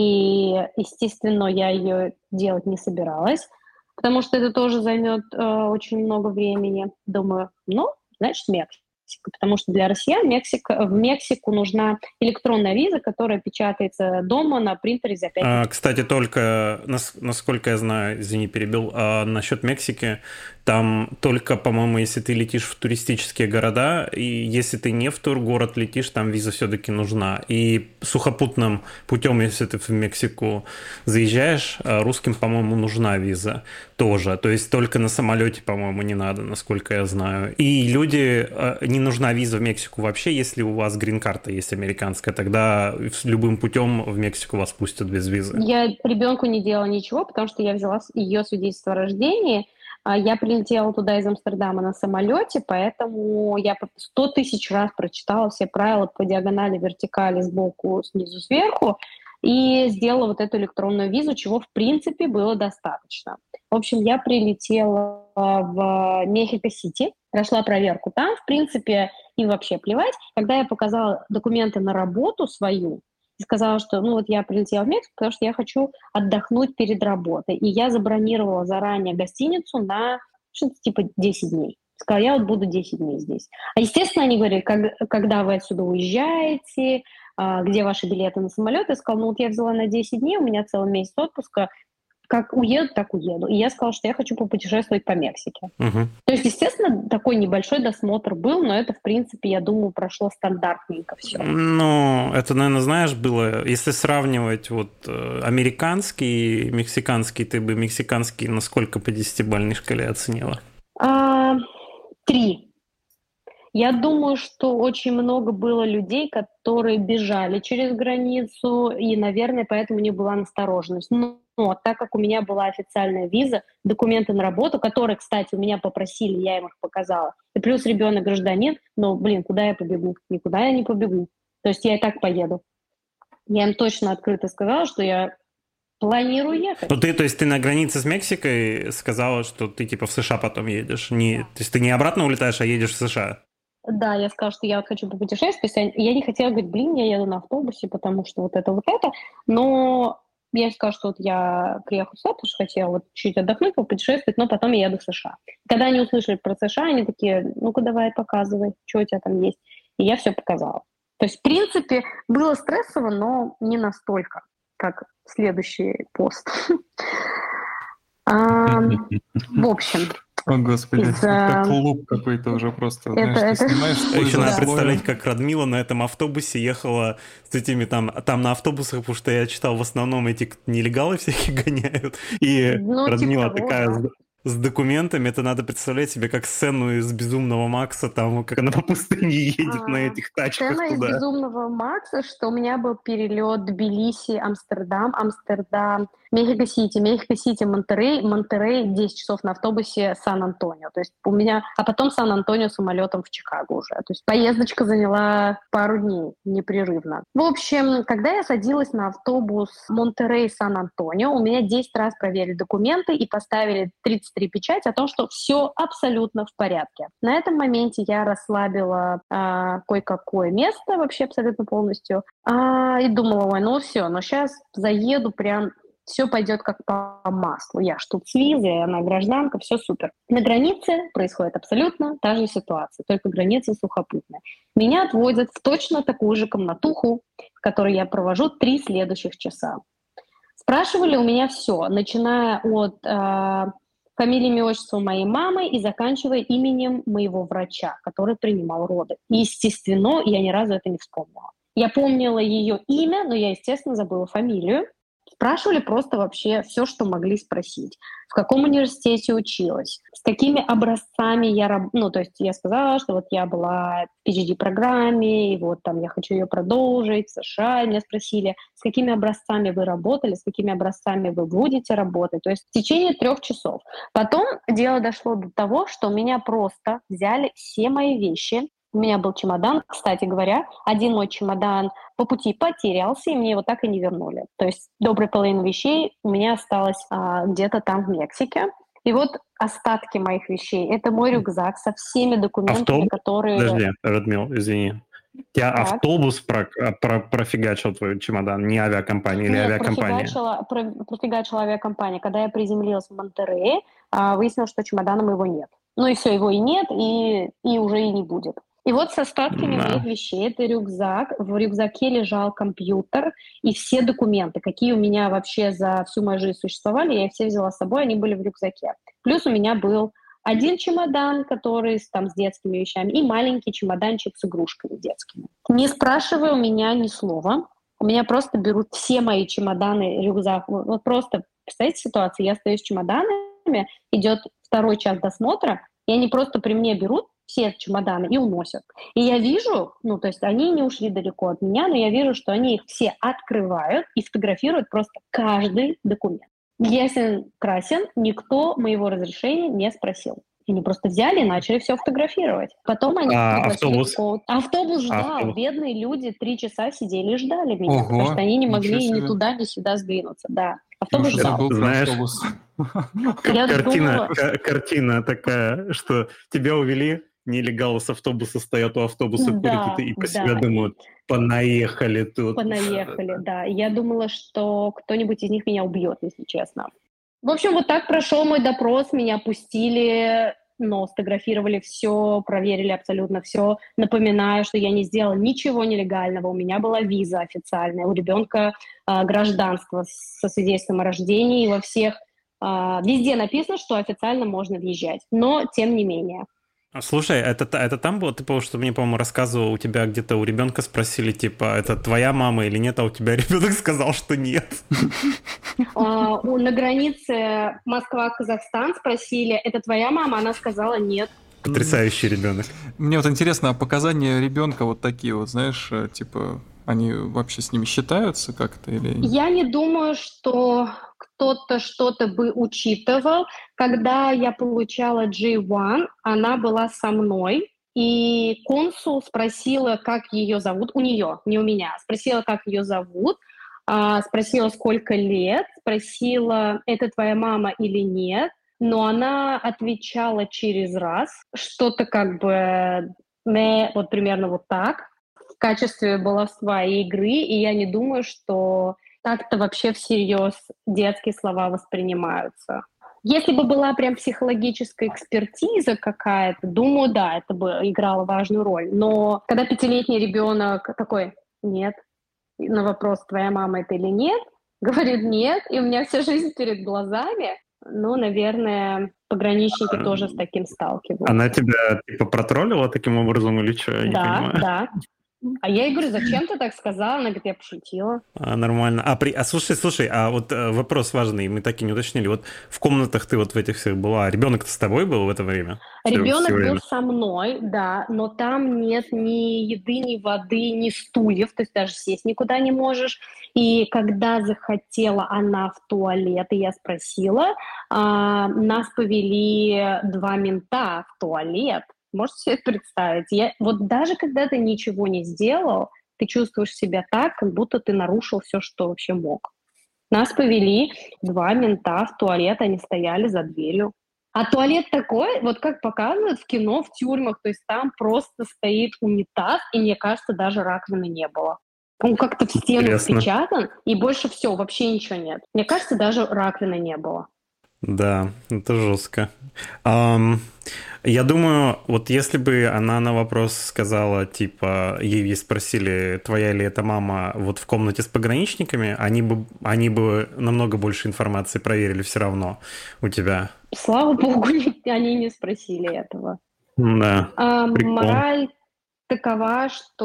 и, естественно, я ее делать не собиралась, потому что это тоже займет э, очень много времени. Думаю, ну, значит, Мексика. Потому что для россиян Мексика, в Мексику нужна электронная виза, которая печатается дома на принтере за пять минут. А, кстати, только, насколько я знаю, извини, перебил, а насчет Мексики, Там только, по-моему, если ты летишь в туристические города, и если ты не в тургород летишь, там виза все-таки нужна. И сухопутным путем, если ты в Мексику заезжаешь, русским, по-моему, нужна виза тоже. То есть только на самолете, по-моему, не надо, насколько я знаю. И люди, не нужна виза в Мексику вообще, если у вас грин-карта есть американская, тогда любым путем в Мексику вас пустят без визы. Я ребенку не делала ничего, потому что я взяла ее свидетельство о рождении. Я прилетела туда из Амстердама на самолете, поэтому я сто тысяч раз прочитала все правила по диагонали, вертикали, сбоку, снизу, сверху, и сделала вот эту электронную визу, чего, в принципе, было достаточно. В общем, я прилетела в Мехико-Сити, прошла проверку там, в принципе, им вообще плевать. Когда я показала документы на работу свою, и сказала, что ну вот я прилетела в Мексику, потому что я хочу отдохнуть перед работой. И я забронировала заранее гостиницу на что-то типа десять дней. Сказала, я вот буду десять дней здесь. А естественно, они говорили, как, когда вы отсюда уезжаете, а, где ваши билеты на самолет. Я сказала, ну вот я взяла на десять дней, у меня целый месяц отпуска. Как уеду, так уеду. И я сказала, что я хочу попутешествовать по Мексике. Uh-huh. То есть, естественно, такой небольшой досмотр был, но это, в принципе, я думаю, прошло стандартненько все. Ну, это, наверное, знаешь, было, если сравнивать вот американский и мексиканский, ты бы мексиканский на сколько по десятибалльной шкале оценила? А, три. Я думаю, что очень много было людей, которые бежали через границу, и, наверное, поэтому не была настороженность. Но, но так как у меня была официальная виза, документы на работу, которые, кстати, у меня попросили, я им их показала, и плюс ребенок гражданин, но, блин, куда я побегу? Никуда я не побегу. То есть я и так поеду. Я им точно открыто сказала, что я планирую ехать. Ну ты, то есть ты на границе с Мексикой сказала, что ты типа в США потом едешь? Не, то есть ты не обратно улетаешь, а едешь в США? Да, я сказала, что я вот хочу попутешествовать. Я не хотела говорить, блин, я еду на автобусе, потому что вот это, вот это. Но я сказала, что вот я приехала сюда, потому что хотела вот чуть отдохнуть, попутешествовать, но потом я еду в США. Когда они услышали про США, они такие, ну-ка давай показывай, что у тебя там есть. И я все показала. То есть, в принципе, было стрессово, но не настолько, как следующий пост. В общем... О, Господи, Из, как клуб какой-то уже просто, это, знаешь, ты это... снимаешь... Еще надо представлять, как Радмила на этом автобусе ехала с этими там, там на автобусах, потому что я читал, в основном эти нелегалы всякие гоняют, и ну, Радмила типа того, такая... да. С документами, это надо представлять себе как сцену из «Безумного Макса», там, как она по пустыне едет а, на этих тачках сцена туда. из «Безумного Макса», что у меня был перелет Тбилиси, Амстердам, Амстердам, Мехико-Сити, Мехико-Сити, Монтеррей, Монтеррей, десять часов на автобусе Сан-Антонио. То есть у меня, а потом Сан-Антонио самолетом в Чикаго уже. То есть поездочка заняла пару дней непрерывно. В общем, когда я садилась на автобус Монтеррей-Сан-Антонио, у меня десять раз проверили документы и поставили тридцать три печати о том, что все абсолютно в порядке. На этом моменте я расслабила а, кое-какое место вообще абсолютно полностью а, и думала, ой, ну все, но сейчас заеду прям, все пойдет как по маслу. Я ж тут с визой, она гражданка, все супер. На границе происходит абсолютно та же ситуация, только граница сухопутная. Меня отводят в точно такую же комнатуху, в которой я провожу три следующих часа. Спрашивали у меня все, начиная от... А, фамилия, имя, отчество моей мамы и заканчивая именем моего врача, который принимал роды. И, естественно, я ни разу это не вспомнила. Я помнила ее имя, но я, естественно, забыла фамилию. Спрашивали просто вообще все, что могли спросить. В каком университете училась, с какими образцами я работала. Ну, то есть я сказала, что вот я была в пи эйч ди-программе, и вот там я хочу ее продолжить в США. И меня спросили, с какими образцами вы работали, с какими образцами вы будете работать. То есть в течение трех часов. Потом дело дошло до того, что меня просто взяли все мои вещи. У меня был чемодан, кстати говоря, один мой чемодан по пути потерялся, и мне его так и не вернули. То есть добрая половина вещей у меня осталась а, где-то там в Мексике. И вот остатки моих вещей. Это мой рюкзак со всеми документами, автобус? которые... Подожди, Радмил, извини. Тебя так. автобус про, про, профигачил твой чемодан, не авиакомпания или Нет, авиакомпания? Профигачила, про, профигачила авиакомпания. Когда я приземлилась в Монтеррее, а, выяснилось, что чемодана моего нет. Ну и все, его и нет, и, и уже и не будет. И вот с остатками да. моих вещей, это рюкзак, в рюкзаке лежал компьютер и все документы, какие у меня вообще за всю мою жизнь существовали, я их все взяла с собой, они были в рюкзаке. Плюс у меня был Один чемодан, который с, там, с детскими вещами, и маленький чемоданчик с игрушками детскими. Не спрашивая у меня ни слова, у меня просто берут все мои чемоданы, рюкзак. Вот, вот просто, представьте ситуацию, я стою с чемоданами, идет второй час досмотра, и они просто при мне берут все чемоданы и уносят. И я вижу, ну, то есть они не ушли далеко от меня, но я вижу, что они их все открывают и фотографируют просто каждый документ. Ясен красен, никто моего разрешения не спросил. Они просто взяли и начали все фотографировать. Потом они А пригласили автобус? какого-то... Автобус ждал. Автобус. Бедные люди три часа сидели и ждали меня, Ого, потому что они не ничего могли себе. ни туда, ни сюда сдвинуться. Да. Я Автобус уже ждал. забыл про Знаешь, автобус. Я Картина, думала- ка- картина такая, что тебя увели, нелегалы с автобуса стоят у автобуса, Да, курят, и, и по да. себе думают, понаехали тут. Понаехали, да. Я думала, что кто-нибудь из них меня убьет, если честно. В общем, вот так прошел мой допрос, меня пустили, но сфотографировали все, проверили абсолютно все. Напоминаю, что я не сделала ничего нелегального, у меня была виза официальная, у ребенка а, гражданство со свидетельством о рождении, во всех, а, везде написано, что официально можно въезжать, но тем не менее. Слушай, это, та- это там было, ты, по- что мне, по-моему, рассказывал, у тебя где-то у ребенка спросили, типа, это твоя мама или нет, а у тебя ребенок сказал, что нет. А, у- На границе Москва-Казахстан спросили, это твоя мама? Она сказала нет. Потрясающий ребенок. Мне вот интересно, а показания ребенка вот такие вот, знаешь, э, типа, они вообще с ними считаются как-то или... Я не думаю, что кто-то что-то бы учитывал. Когда я получала джей один, она была со мной, и консул спросила, как ее зовут, у нее, не у меня, спросила, как ее зовут, а, спросила, сколько лет, спросила, это твоя мама или нет, но она отвечала через раз, что-то как бы, не, вот примерно вот так, в качестве баловства и игры, и я не думаю, что так-то вообще всерьез детские слова воспринимаются. Если бы была прям психологическая экспертиза какая-то, думаю, да, это бы играло важную роль. Но когда пятилетний ребенок такой, нет, на вопрос, твоя мама это или нет, говорит нет, и у меня вся жизнь перед глазами, ну, наверное, пограничники А, тоже с таким сталкиваются. Она тебя, типа, протроллила таким образом или что? Я не Да, понимаю. да. А я ей говорю, зачем ты так сказала? Она говорит, я пошутила. А, нормально. А, при... а слушай, слушай, а вот э, вопрос важный, мы так и не уточнили. Вот в комнатах ты вот в этих всех была, ребенок-то с тобой был в это время? Всё- Ребенок всё был время? со мной, да, но там нет ни еды, ни воды, ни стульев, то есть даже сесть никуда не можешь. И когда захотела она в туалет, и я спросила, а, нас повели два мента в туалет. Можете себе это представить? Я, вот даже когда ты ничего не сделал, ты чувствуешь себя так, как будто ты нарушил все, что вообще мог. Нас повели два мента в туалет, они стояли за дверью. А туалет такой, вот как показывают в кино, в тюрьмах, то есть там просто стоит унитаз, и мне кажется, даже раковины не было. Он как-то в стену Интересно. впечатан, и больше все, вообще ничего нет. Мне кажется, даже раковины не было. Да, это жестко. Ам, я думаю, вот если бы она на вопрос сказала, типа, ей спросили, твоя ли это мама, вот в комнате с пограничниками, они бы, они бы намного больше информации проверили все равно у тебя. Слава богу, они не спросили этого. Да. А, Прикол. мораль такова,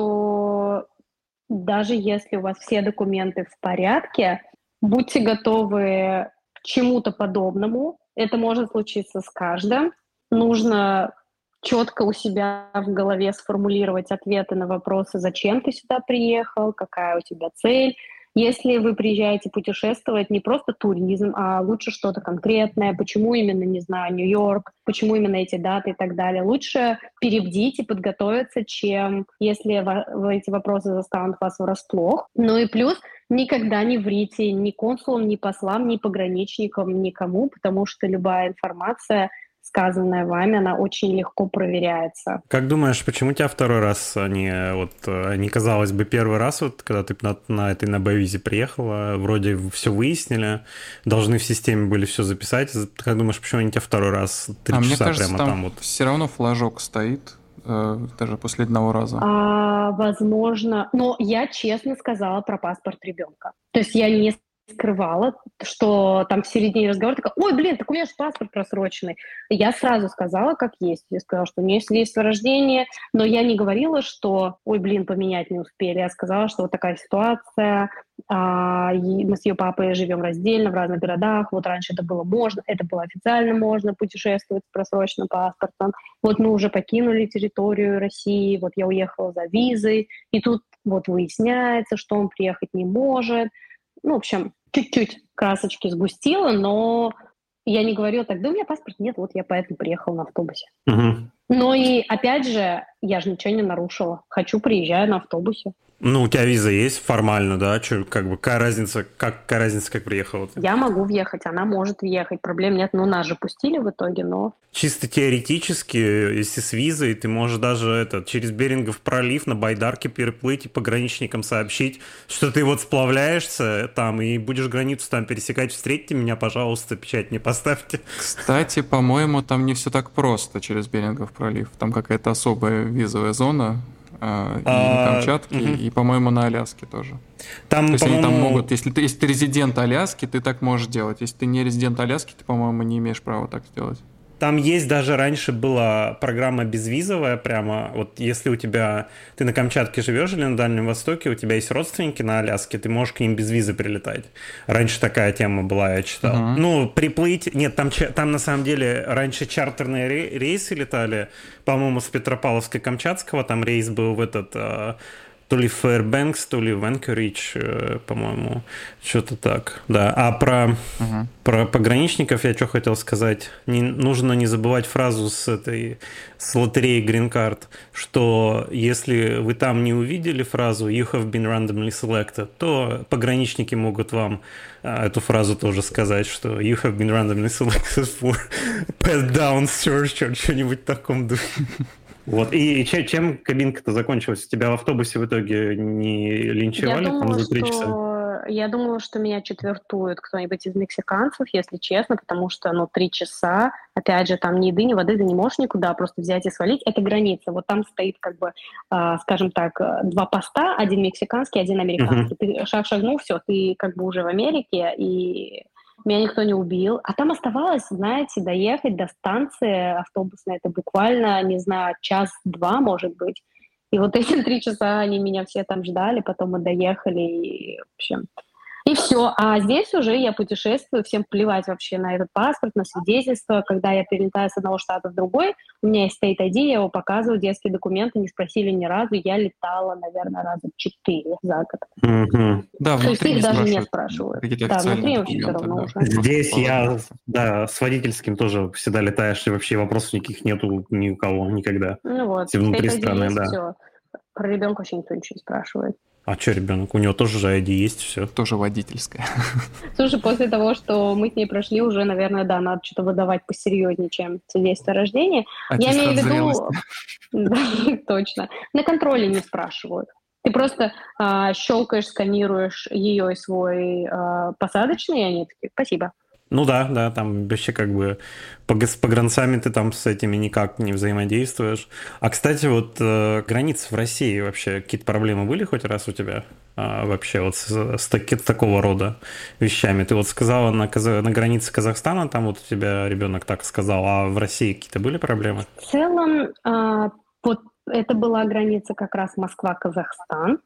что даже если у вас все документы в порядке, будьте готовы к чему-то подобному. Это может случиться с каждым. Нужно четко у себя в голове сформулировать ответы на вопросы, зачем ты сюда приехал, какая у тебя цель. Если вы приезжаете путешествовать, не просто туризм, а лучше что-то конкретное, почему именно, не знаю, Нью-Йорк, почему именно эти даты и так далее. Лучше перебдить и подготовиться, чем если во- эти вопросы застанут вас врасплох. Ну и плюс, никогда не врите ни консулам, ни послам, ни пограничникам, никому, потому что любая информация, сказанная вами, она очень легко проверяется. Как думаешь, почему тебя второй раз, а не, вот, а не казалось бы, первый раз, вот, когда ты на, на этой на Б-визе приехала, вроде все выяснили, должны в системе были все записать. Как думаешь, почему они тебя второй раз три А мне часа кажется, прямо там, там вот? все равно флажок стоит, э, даже после одного раза. А, возможно, но я честно сказала про паспорт ребенка. То есть я не скрывала, что там в середине разговора такая: ой, блин, так у меня же паспорт просроченный. Я сразу сказала, как есть. Я сказала, что у меня есть свидетельство о рождении, но я не говорила, что, ой, блин, поменять не успели. Я сказала, что вот такая ситуация, а, мы с ее папой живем раздельно в разных городах, вот раньше это было можно, это было официально можно путешествовать с просроченным паспортом, вот мы уже покинули территорию России, вот я уехала за визой, и тут вот выясняется, что он приехать не может. Ну, в общем, чуть-чуть красочки сгустила, но я не говорила так: да у меня паспорта нет, вот я поэтому приехала на автобусе. Угу. Но и, опять же, я же ничего не нарушила. Хочу, приезжаю на автобусе. Ну, у тебя виза есть формально, да? Че, как бы, какая разница, как, какая разница, как приехала ты? Я могу въехать, она может въехать, проблем нет. Ну, нас же пустили в итоге, но... Чисто теоретически, если с визой, ты можешь даже это, через Берингов пролив на байдарке переплыть и пограничникам сообщить, что ты вот сплавляешься там и будешь границу там пересекать. Встретьте меня, пожалуйста, печать мне поставьте. Кстати, по-моему, там не все так просто через Берингов пролив. Там какая-то особая визовая зона. Uh, и а, на Камчатке, угу. и, по-моему, на Аляске тоже. Там, То есть по-моему... они там могут, если ты, если ты резидент Аляски, ты так можешь делать. Если ты не резидент Аляски, ты, по-моему, не имеешь права так сделать. Там есть даже раньше была программа безвизовая прямо. Вот если у тебя... Ты на Камчатке живешь или на Дальнем Востоке, у тебя есть родственники на Аляске, ты можешь к ним без визы прилетать. Раньше такая тема была, я читал. Uh-huh. Ну, приплыть... Нет, там, там на самом деле раньше чартерные рейсы летали, по-моему, с Петропавловска-Камчатского. Там рейс был в этот... То ли Фэрбэнкс, то ли в Анкоридж, по-моему, что-то так. Да. А про, uh-huh. про пограничников я что хотел сказать. Не, нужно не забывать фразу с этой с лотереи Green Card, что если вы там не увидели фразу "You have been randomly selected", то пограничники могут вам а, эту фразу тоже сказать, что "You have been randomly selected for pat down search" или что-нибудь в таком духе. Вот. И чем кабинка-то закончилась? Тебя в автобусе в итоге не линчевали я думала, там за три что... часа? Я думала, что меня четвертует кто-нибудь из мексиканцев, если честно, потому что, ну, три часа, опять же, там ни еды, ни воды, ты не можешь никуда просто взять и свалить. Это граница. Вот там стоит, как бы, э, скажем так, два поста, один мексиканский, один американский. Uh-huh. Ты шаг шагнул, все, ты как бы уже в Америке, и... Меня никто не убил. А там оставалось, знаете, доехать до станции автобусной. Это буквально, не знаю, час-два, может быть. И вот эти три часа они меня все там ждали, потом мы доехали, и, в общем... И все. А здесь уже я путешествую, всем плевать вообще на этот паспорт, на свидетельство. Когда я перелетаю с одного штата в другой, у меня есть State ай ди, я его показываю, детские документы, не спросили ни разу. Я летала, наверное, раза четыре за год. Mm-hmm. Да, то есть их даже спрашивают. не спрашивают. Да, внутри вообще все равно да. уже. Здесь я, да, с водительским тоже всегда летаешь, и вообще вопросов никаких нету ни у кого никогда. Ну вот, все внутри State страны, ай ди есть, да. все. Про ребенка вообще никто ничего не спрашивает. А что ребенок? У него тоже же ай ди есть, все. Тоже водительская. Слушай, после того, что мы с ней прошли, уже, наверное, да, надо что-то выдавать посерьезнее, чем свидетельство о рождении. Я имею в виду... Да, точно. На контроле не спрашивают. Ты просто а, щелкаешь, сканируешь ее и свой а, посадочный, и они такие: спасибо. Ну да, да, там вообще как бы по, с погранцами ты там с этими никак не взаимодействуешь. А, кстати, вот э, границы в России вообще, какие-то проблемы были хоть раз у тебя? А, вообще вот с, с, таки, с такого рода вещами? Ты вот сказала на, на границе Казахстана, там вот у тебя ребенок так сказал, а в России какие-то были проблемы? В целом, а, вот это была граница как раз Москва-Казахстан,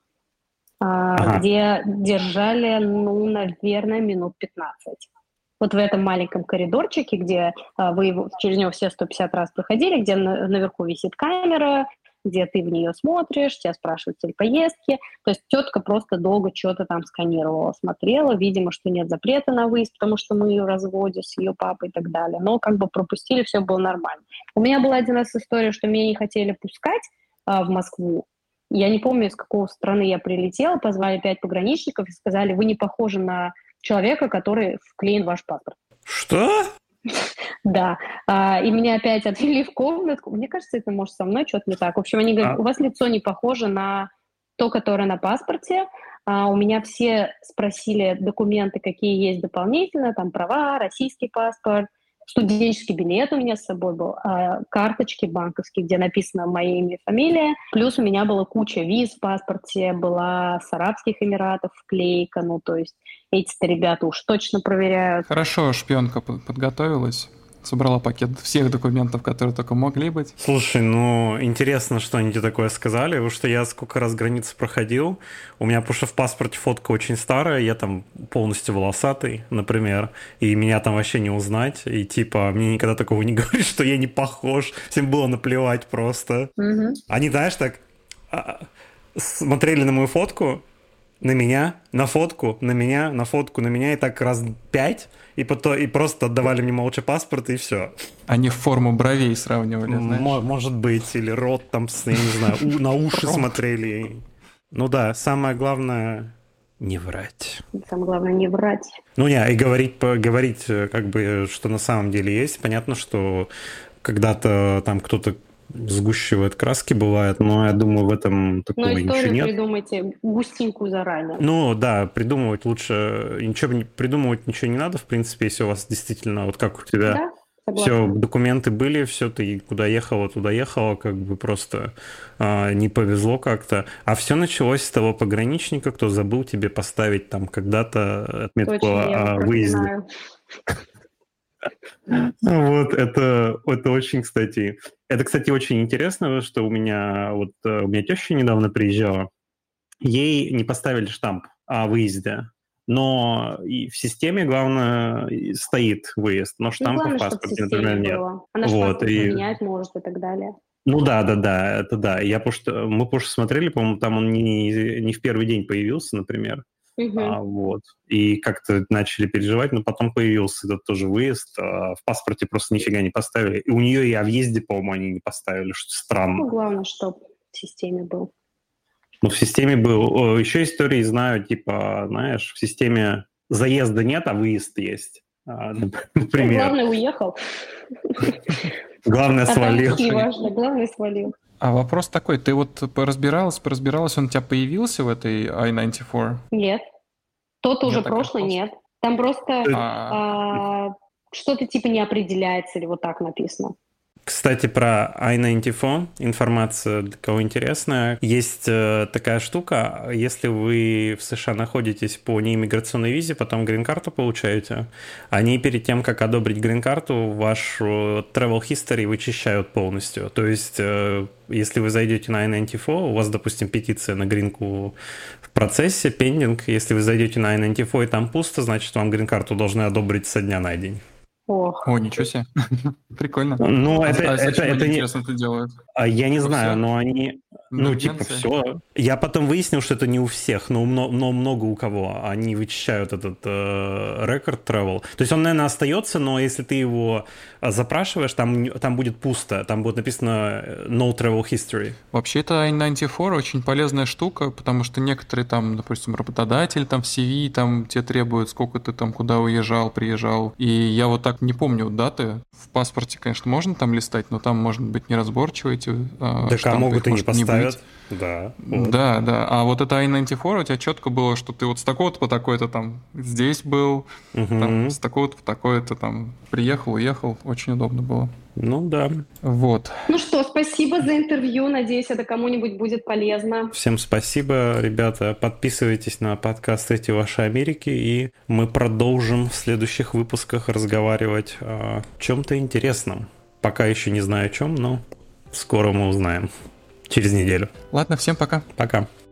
а, ага. где держали, ну, наверное, минут пятнадцать. Вот в этом маленьком коридорчике, где а, вы через него все сто пятьдесят раз проходили, где на, наверху висит камера, где ты в нее смотришь, тебя спрашивают цель поездки. То есть тетка просто долго что-то там сканировала, смотрела, видимо, что нет запрета на выезд, потому что мы ее в разводе с ее папой и так далее. Но как бы пропустили, все было нормально. У меня была один раз история, что меня не хотели пускать а, в Москву. Я не помню, из какой страны я прилетела, позвали пять пограничников и сказали: вы не похожи на человека, который вклеен в ваш паспорт. Что? Да. А, и меня опять отвели в комнатку. Мне кажется, это может со мной что-то не так. В общем, они говорят: у вас лицо не похоже на то, которое на паспорте. А, у меня все спросили документы, какие есть дополнительно, там права, российский паспорт. студенческий билет у меня с собой был, а карточки банковские, где написано мое имя и фамилия. Плюс у меня была куча виз в паспорте, была с Арабских Эмиратов вклейка, ну, то есть эти-то ребята уж точно проверяют. Хорошо, шпионка подготовилась. Собрала пакет всех документов, которые только могли быть. Слушай, ну, интересно, что они тебе такое сказали, потому что я сколько раз границы проходил, у меня, потому что в паспорте фотка очень старая, я там полностью волосатый, например, и меня там вообще не узнать, и типа мне никогда такого не говорили, что я не похож, всем было наплевать просто. Угу. Они, знаешь, так смотрели на мою фотку, на меня, на фотку, на меня, на фотку, на меня, и так раз пять, и потом и просто отдавали мне молча паспорт, и все. Они в форму бровей сравнивали, знаешь? М- может быть, или рот там, я не знаю, у- на уши смотрели. Ну да, самое главное — не врать. Самое главное — не врать. Ну не, и говорить, по- говорить, как бы, что на самом деле есть. Понятно, что когда-то там кто-то сгущивает краски, бывает, но я думаю, в этом такого Но ничего историю нет. придумайте густенькую заранее. Ну да, придумывать лучше, ничего не придумывать ничего не надо, в принципе, если у вас действительно, вот как у тебя, Да, все согласна. документы были, все, ты куда ехала, туда ехала, как бы просто а, не повезло как-то. А все началось с того пограничника, кто забыл тебе поставить там когда-то отметку Точно, я о его выезде. проклинаю. Вот, это, это очень, кстати, это, кстати, очень интересно, что у меня, вот, у меня теща недавно приезжала, ей не поставили штамп о выезде, но и в системе, главное, стоит выезд, но Ну, штампа главное, в чтобы в паспорте, системе например, нет. было. Она же Вот, паспорт и- поменять может и так далее. Ну да, да, да, это да. Я потому что мы потому что смотрели, по-моему, там он не, не в первый день появился, например. Мгм. А, вот. И как-то начали переживать, но потом появился этот тоже выезд. А в паспорте просто нифига не поставили. И у нее и о въезде, по-моему, они не поставили, что Ну, странно. главное, чтобы в системе был. Но в системе был... О, еще истории знаю, типа, знаешь, в системе заезда нет, а выезд есть. А, Ну, например. главное, уехал. Главное, А там свалил. не важно, главное, свалил. А вопрос такой, ты вот поразбиралась, поразбиралась, он у тебя появился в этой ай девяносто четыре? Нет. Тот уже такая прошлый, просто. нет. Там просто А, а, что-то типа не определяется, или вот так написано. Кстати, про ай девяносто четыре информация, для кого интересная. Есть э, такая штука, если вы в США находитесь по неиммиграционной визе, потом грин-карту получаете, они перед тем, как одобрить грин-карту, вашу travel history вычищают полностью. То есть, э, если вы зайдете на ай девяносто четыре, у вас, допустим, петиция на гринку в процессе, пендинг. Если вы зайдете на ай девяносто четыре и там пусто, значит, вам грин-карту должны одобрить со дня на день. Ох. О, ничего себе. Прикольно. Ну, А, это, а это, зачем это они, не... интересно, это делают? А я не Ну, знаю, всё. но они... Ну, типа, Индульгенция? все. Я потом выяснил, что это не у всех, но, но, но много у кого. Они вычищают этот э, record travel. То есть он, наверное, остается, но если ты его э, запрашиваешь, там, не- там будет пусто. Там будет написано э, no travel history. Вообще, это ай девяносто четыре очень полезная штука, потому что некоторые там, допустим, работодатель там в си ви там тебе требуют, сколько ты там куда уезжал, приезжал. И я вот так не помню даты. В паспорте, конечно, можно там листать, но там, может быть, неразборчиво эти а, Так, а штампы, могут их и не может быть. поставят. Да. вот. Да, да. А вот это ай девяносто четыре у тебя четко было, что ты вот с такого-то по такой-то там здесь был, Мгм. там с такого-то по такое-то там приехал, уехал. Очень удобно было. Ну да. Вот. Ну что, спасибо за интервью. Надеюсь, это кому-нибудь будет полезно. Всем спасибо, ребята. Подписывайтесь на подкаст «Эти ваши Америки», и мы продолжим в следующих выпусках разговаривать о чем-то интересном. Пока еще не знаю о чем, но скоро мы узнаем. Через неделю. Ладно, всем пока. Пока.